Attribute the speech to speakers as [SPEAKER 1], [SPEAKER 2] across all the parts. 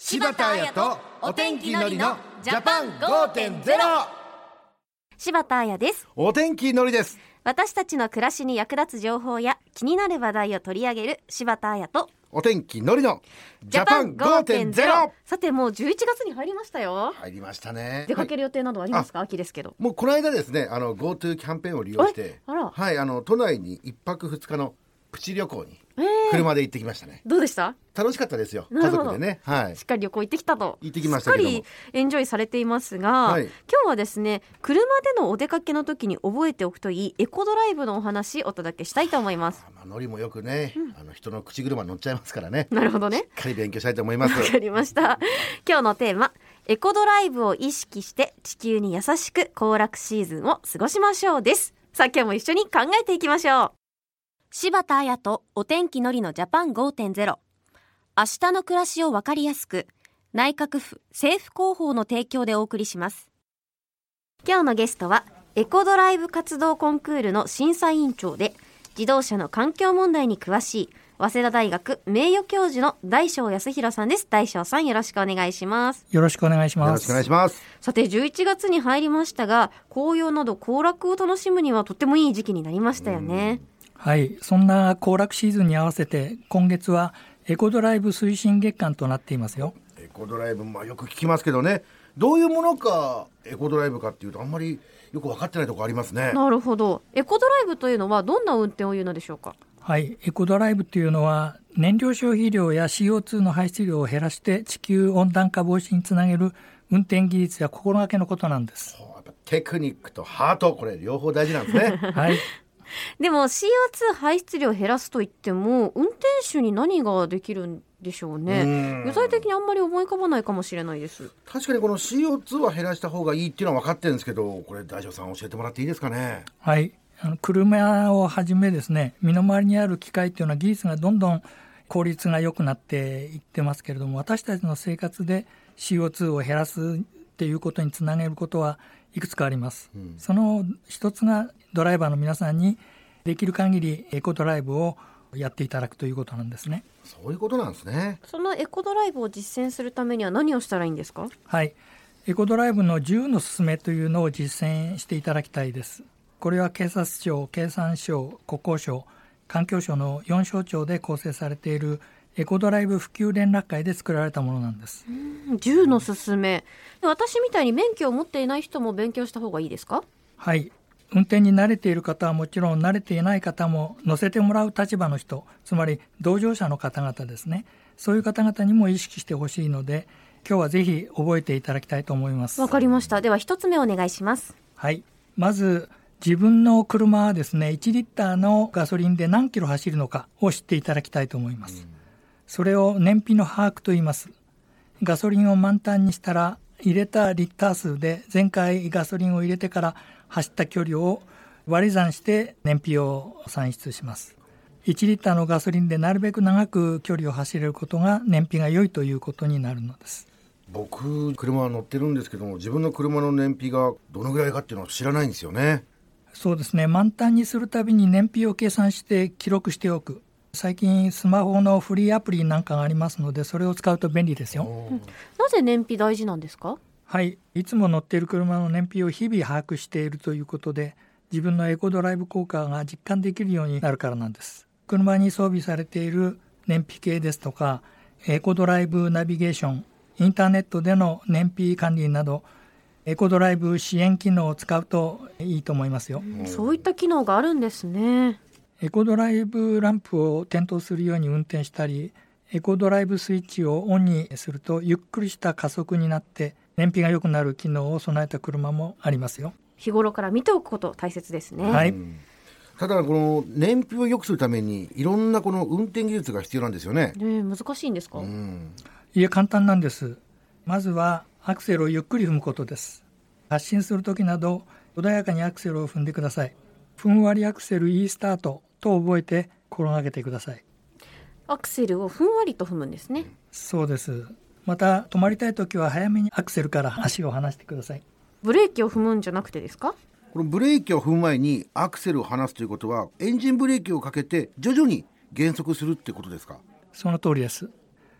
[SPEAKER 1] 柴田彩とお天気のりのジャパン 5.0。
[SPEAKER 2] 柴田彩です。
[SPEAKER 1] お天気のりです。
[SPEAKER 2] 私たちの暮らしに役立つ情報や気になる話題を取り上げる柴田彩と
[SPEAKER 1] お天気のりのジャパン 5.0。
[SPEAKER 2] さて、もう11月に入りましたよ。
[SPEAKER 1] 入りましたね。
[SPEAKER 2] 出かける予定などありますか？秋ですけど。
[SPEAKER 1] もうこの間ですね、GoTo キャンペーンを利用して、はい、都内に1泊2日のプチ旅行に車で行ってきましたね。
[SPEAKER 2] どうでした？
[SPEAKER 1] 楽しかったですよ、家族でね、はい、
[SPEAKER 2] しっかり旅行行ってきたと。
[SPEAKER 1] 行ってきましたけども、
[SPEAKER 2] しっかりエンジョイされていますが、はい、今日はですね、車でのお出かけの時に覚えておくといいエコドライブのお話お届けしたいと思います。
[SPEAKER 1] ノリもよくね、人の口車乗っちゃいますからね。
[SPEAKER 2] なるほどね。
[SPEAKER 1] しっかり勉強したいと思います。
[SPEAKER 2] わかりました。今日のテーマ、エコドライブを意識して地球に優しく行楽シーズンを過ごしましょうです。さあ、今日も一緒に考えていきましょう。柴田彩とお天気のりのジャパン 5.0。 明日の暮らしをわかりやすく、内閣府政府広報の提供でお送りします。今日のゲストはエコドライブ活動コンクールの審査委員長で、自動車の環境問題に詳しい早稲田大学名誉教授の大正康弘さんです。大正さん、よろしくお願いします。
[SPEAKER 3] よろしくお願いします。
[SPEAKER 1] よろしくお願いします。
[SPEAKER 2] さて、11月に入りましたが、紅葉など行楽を楽しむにはとってもいい時期になりましたよね。
[SPEAKER 3] はい、そんな行楽シーズンに合わせて今月はエコドライブ推進月間となっていますよ。
[SPEAKER 1] エコドライブ、よく聞きますけどね、どういうものかエコドライブかっていうとあんまりよく分かってないところありますね。
[SPEAKER 2] なるほど。エコドライブというのはどんな運転を言うのでしょうか？
[SPEAKER 3] はい、エコドライブというのは燃料消費量や CO2 の排出量を減らして地球温暖化防止につなげる運転技術や心がけのことなんです。
[SPEAKER 1] やっぱテクニックとハート、これ両方大事なんですね。
[SPEAKER 3] はい。
[SPEAKER 2] でも CO2 排出量を減らすといっても運転手に何ができるんでしょうね。具体的にあんまり思い浮かばないかもしれないです。
[SPEAKER 1] 確かにこの CO2 は減らした方がいいっていうのは分かってるんですけど、これ大将さん教えてもらっていいですかね？
[SPEAKER 3] はい、車をはじめですね、身の回りにある機械というのは技術がどんどん効率が良くなっていってますけれども、私たちの生活で CO2 を減らすっていうことにつなげることはいくつかあります。その一つがドライバーの皆さんにできる限りエコドライブをやっていただくということなんですね。
[SPEAKER 1] そういうことなんですね。
[SPEAKER 2] そのエコドライブを実践するためには何をしたらいいんですか？
[SPEAKER 3] はい、エコドライブの10の勧めというのを実践していただきたいです。これは警察庁、経産省、国交省、環境省の4省庁で構成されているエコドライブ普及連絡会で作られたものなんです。
[SPEAKER 2] 10の勧め。私みたいに免許を持っていない人も勉強した方がいいですか？
[SPEAKER 3] はい、運転に慣れている方はもちろん、慣れていない方も乗せてもらう立場の人、つまり同乗者の方々ですね、そういう方々にも意識してほしいので、今日はぜひ覚えていただきたいと思います。
[SPEAKER 2] わかりました。では一つ目お願いします。
[SPEAKER 3] はい、まず自分の車はですね、1リッターのガソリンで何キロ走るのかを知っていただきたいと思います。それを燃費の把握と言います。ガソリンを満タンにしたら、入れたリッター数で前回ガソリンを入れてから走った距離を割り算して燃費を算出します。1リッターのガソリンでなるべく長く距離を走れることが燃費が良いということになるのです。
[SPEAKER 1] 僕、車は乗ってるんですけども、自分の車の燃費がどのぐらいかっていうのは知らないんですよね。
[SPEAKER 3] そうですね、満タンにするたびに燃費を計算して記録しておく。最近スマホのフリーアプリなんかがありますので、それを使うと便利ですよ。
[SPEAKER 2] なぜ燃費大事なんですか？
[SPEAKER 3] はい、いつも乗っている車の燃費を日々把握しているということで、自分のエコドライブ効果が実感できるようになるからなんです。車に装備されている燃費計ですとか、エコドライブナビゲーション、インターネットでの燃費管理など、エコドライブ支援機能を使うといいと思いますよ。
[SPEAKER 2] そういった機能があるんですね。
[SPEAKER 3] エコドライブランプを点灯するように運転したり、エコドライブスイッチをオンにするとゆっくりした加速になって燃費が良くなる機能を備えた車もありますよ。
[SPEAKER 2] 日頃から見ておくこと大切ですね。
[SPEAKER 3] はい、
[SPEAKER 1] ただこの燃費を良くするためにいろんなこの運転技術が必要なんですよね。
[SPEAKER 2] 難しいんですか？
[SPEAKER 3] いえ、簡単なんです。まずはアクセルをゆっくり踏むことです。発進するときなど穏やかにアクセルを踏んでください。ふんわりアクセル E スタートと覚えて心がけてください。
[SPEAKER 2] アクセルをふんわりと踏むんですね。
[SPEAKER 3] そうです。また止まりたいときは早めにアクセルから足を離してください。
[SPEAKER 2] ブレーキを踏むんじゃなくてですか？
[SPEAKER 1] このブレーキを踏む前にアクセルを離すということは、エンジンブレーキをかけて徐々に減速するってことですか？
[SPEAKER 3] その通りです。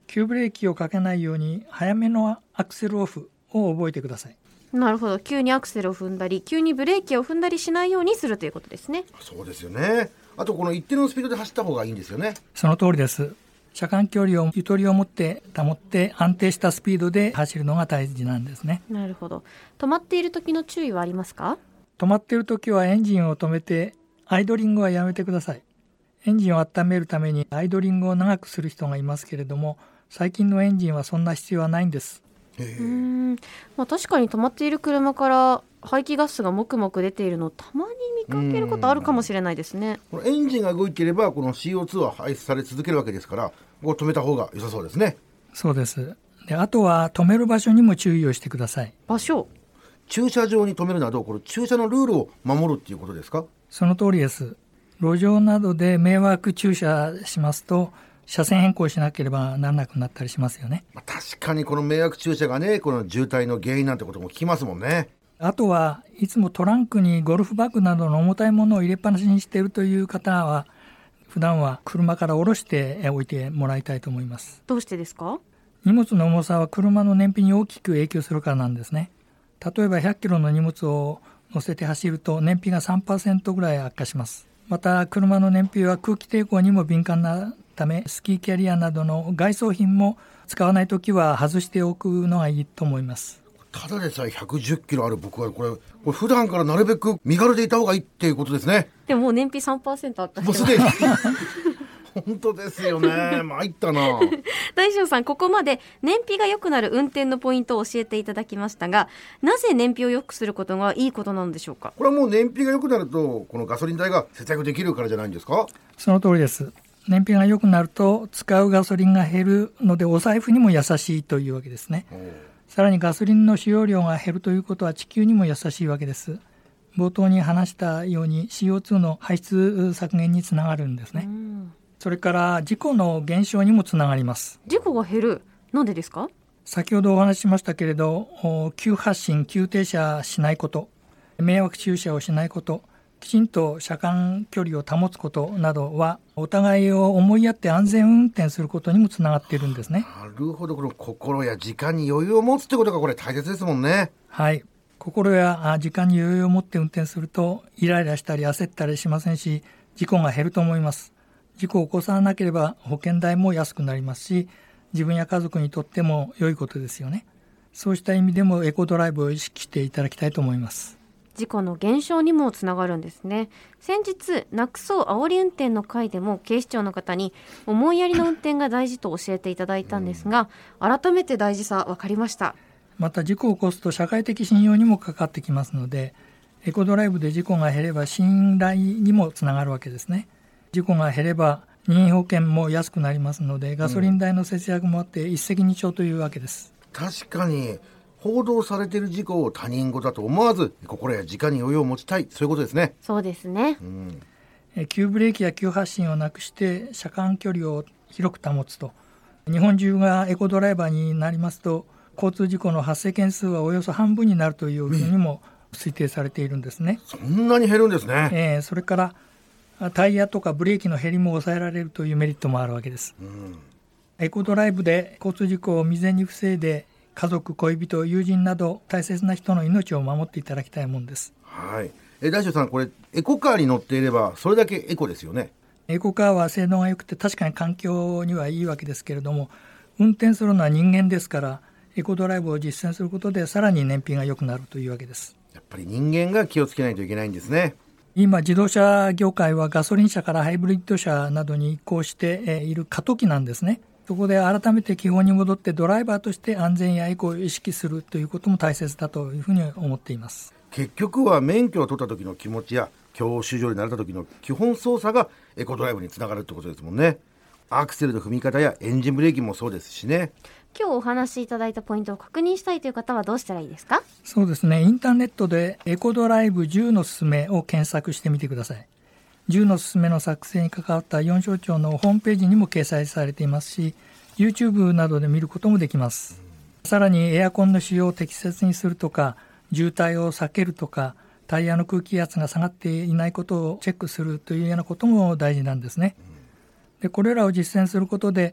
[SPEAKER 3] 急ブレーキをかけないように早めのアクセルオフを覚えてください。
[SPEAKER 2] なるほど。急にアクセルを踏んだり急にブレーキを踏んだりしないようにするということですね。
[SPEAKER 1] そうですよね。あとこの一定のスピードで走った方がいいんですよね。
[SPEAKER 3] その通りです。車間距離をゆとりを持って保って安定したスピードで走るのが大事なんですね。
[SPEAKER 2] なるほど。止まっている時の注意はありますか？
[SPEAKER 3] 止まっている時はエンジンを止めてアイドリングはやめてください。エンジンを温めるためにアイドリングを長くする人がいますけれども、最近のエンジンはそんな必要はないんです。
[SPEAKER 2] 確かに止まっている車から排気ガスがもくもく出ているのをたまに見かけることあるかもしれないですね。
[SPEAKER 1] このエンジンが動いていればこの CO2 は排出され続けるわけですから、ここを止めた方が良さそうですね。
[SPEAKER 3] そうです。で、あとは止める場所にも注意をしてください。
[SPEAKER 2] 場所、
[SPEAKER 1] 駐車場に止めるなど、これ駐車のルールを守るっていうことですか？
[SPEAKER 3] その通りです。路上などで迷惑駐車しますと車線変更しなければならなくなったりしますよね。
[SPEAKER 1] 確かにこの迷惑駐車がね、この渋滞の原因なんてことも聞きますもんね。
[SPEAKER 3] あとはいつもトランクにゴルフバッグなどの重たいものを入れっぱなしにしているという方は、普段は車から下ろしておいてもらいたいと思います。
[SPEAKER 2] どうしてですか？
[SPEAKER 3] 荷物の重さは車の燃費に大きく影響するからなんですね。例えば100キロの荷物を乗せて走ると燃費が 3% ぐらい悪化します。また車の燃費は空気抵抗にも敏感なため、スキーキャリアなどの外装品も使わないときは外しておくのがいいと思います。
[SPEAKER 1] ただでさえ110キロある僕はこれ普段からなるべく身軽でいた方がいいっていうことですね。
[SPEAKER 2] でももう燃費 3% あった
[SPEAKER 1] もうすでに本当ですよね。参ったな。
[SPEAKER 2] 大将さん、ここまで燃費が良くなる運転のポイントを教えていただきましたが、なぜ燃費を良くすることがいいことなんでしょうか？
[SPEAKER 1] これはもう燃費が良くなるとこのガソリン代が節約できるからじゃないんですか？
[SPEAKER 3] その通りです。燃費が良くなると使うガソリンが減るのでお財布にも優しいというわけですね。さらにガソリンの使用量が減るということは地球にも優しいわけです。冒頭に話したように CO2 の排出削減につながるんですね。それから事故の減少にもつながります。
[SPEAKER 2] 事故が減る、なんでですか？
[SPEAKER 3] 先ほどお話ししましたけれど、急発進、急停車しないこと、迷惑駐車をしないこと、きちんと車間距離を保つことなどはお互いを思いやって安全運転することにもつながっているんですね。
[SPEAKER 1] なるほど。この心や時間に余裕を持つってことがこれ大切ですもんね。
[SPEAKER 3] はい。心や時間に余裕を持って運転するとイライラしたり焦ったりしませんし、事故が減ると思います。事故を起こさなければ保険代も安くなりますし、自分や家族にとっても良いことですよね。そうした意味でもエコドライブを意識していただきたいと思います。
[SPEAKER 2] 事故の減少にもつながるんですね。先日なくそう煽り運転の回でも警視庁の方に思いやりの運転が大事と教えていただいたんですが、改めて大事さ分かりました。
[SPEAKER 3] また事故を起こすと社会的信用にもかかってきますので、エコドライブで事故が減れば信頼にもつながるわけですね。事故が減れば任意保険も安くなりますので、ガソリン代の節約もあって一石二鳥というわけです。
[SPEAKER 1] 確かに報道されている事故を他人事だと思わず、心や時間に余裕を持ちたい、そういうことですね。
[SPEAKER 2] そうですね。
[SPEAKER 3] 急ブレーキや急発進をなくして車間距離を広く保つと、日本中がエコドライバーになりますと交通事故の発生件数はおよそ半分になるというふうにも推定されているんですね。
[SPEAKER 1] そんなに減るんですね。
[SPEAKER 3] それからタイヤとかブレーキの減りも抑えられるというメリットもあるわけです。エコドライブで交通事故を未然に防いで、家族、恋人、友人など大切な人の命を守っていただきたいものです。
[SPEAKER 1] はい。大将さん、これエコカーに乗っていればそれだけエコですよね。
[SPEAKER 3] エコカーは性能が良くて確かに環境にはいいわけですけれども、運転するのは人間ですから、エコドライブを実践することでさらに燃費が良くなるというわけです。
[SPEAKER 1] やっぱり人間が気をつけないといけないんですね。
[SPEAKER 3] 今自動車業界はガソリン車からハイブリッド車などに移行している過渡期なんですね。そこで改めて基本に戻ってドライバーとして安全やエコを意識するということも大切だというふうに思っています。
[SPEAKER 1] 結局は免許を取った時の気持ちや教習所になれた時の基本操作がエコドライブにつながるってことですもんね。アクセルの踏み方やエンジンブレーキもそうですしね。
[SPEAKER 2] 今日お話しいただいたポイントを確認したいという方はどうしたらいいですか？
[SPEAKER 3] そうですね、インターネットでエコドライブ10のすすめを検索してみてください。10のすすめの作成に関わった4省庁のホームページにも掲載されていますし、 YouTube などで見ることもできます。さらにエアコンの使用を適切にするとか、渋滞を避けるとか、タイヤの空気圧が下がっていないことをチェックするというようなことも大事なんですね。でこれらを実践することで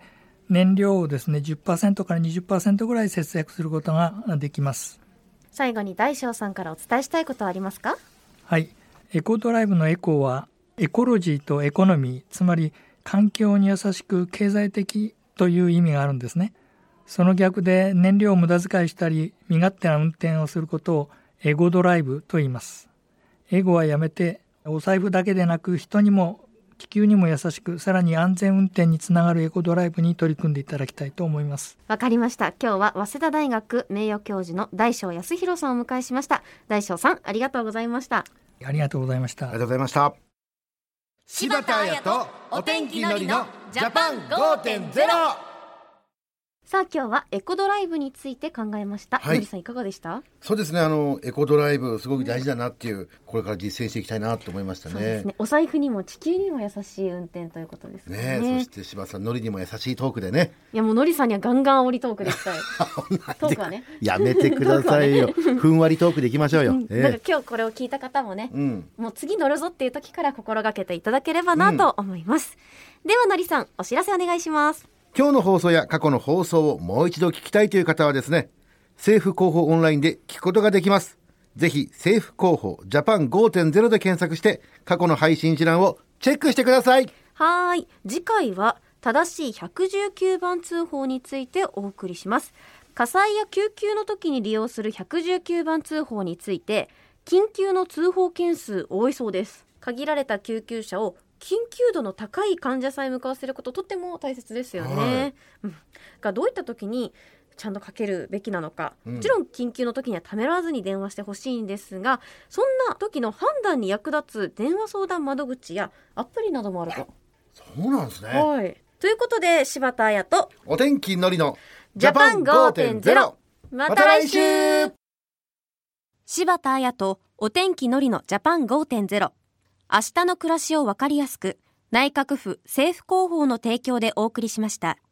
[SPEAKER 3] 燃料をですね 10% から 20% ぐらい節約することができます。
[SPEAKER 2] 最後に大将さんからお伝えしたいことはありますか？
[SPEAKER 3] はい、エコドライブのエコはエコロジーとエコノミー、つまり環境に優しく経済的という意味があるんですね。その逆で燃料を無駄遣いしたり身勝手な運転をすることをエゴドライブと言います。エゴはやめてお財布だけでなく人にも地球にも優しく、さらに安全運転につながるエコドライブに取り組んでいただきたいと思います。
[SPEAKER 2] わかりました。今日は早稲田大学名誉教授の大将康弘さんをお迎えしました。大将さん、ありがとうございました。
[SPEAKER 3] ありがとうございました。
[SPEAKER 1] ありがとうございました。
[SPEAKER 2] 柴田彩とお天気のりのジャパン 5.0。 さあ今日はエコドライブについて考えました。のりさんいかがでした？
[SPEAKER 1] そうですね、エコドライブすごく大事だなっていう、これから実践していきたいなと思いました
[SPEAKER 2] そうですね。お財布にも地球にも優しい運転ということです ね。
[SPEAKER 1] そして柴田さん、のりにも優しいトークでね。
[SPEAKER 2] いやもうのりさんにはガンガン煽りトークでしたいトークはね
[SPEAKER 1] やめてくださいよふんわりトークでいきましょうよ、
[SPEAKER 2] だから今日これを聞いた方もね、もう次乗るぞっていう時から心がけていただければなと思います、ではのりさん、お知らせお願いします。
[SPEAKER 1] 今日の放送や過去の放送をもう一度聞きたいという方はですね、政府広報オンラインで聞くことができます。ぜひ政府広報ジャパン 5.0 で検索して過去の配信一覧をチェックしてください。
[SPEAKER 2] はい、次回は正しい119番通報についてお送りします。火災や救急の時に利用する119番通報について、緊急の通報件数多いそうです。限られた救急車を緊急度の高い患者さんへ向かわせること、とっても大切ですよね、どういった時にちゃんとかけるべきなのか、もちろん緊急の時にはためらわずに電話してほしいんですが、そんな時の判断に役立つ電話相談窓口やアプリなどもあると。
[SPEAKER 1] そうなんですね。
[SPEAKER 2] はい、ということで柴田彩と
[SPEAKER 1] お天気のりの
[SPEAKER 2] ジャパン 5.0、 また来週。柴田彩とお天気のりのジャパン 5.0、 明日の暮らしをわかりやすく、内閣府政府広報の提供でお送りしました。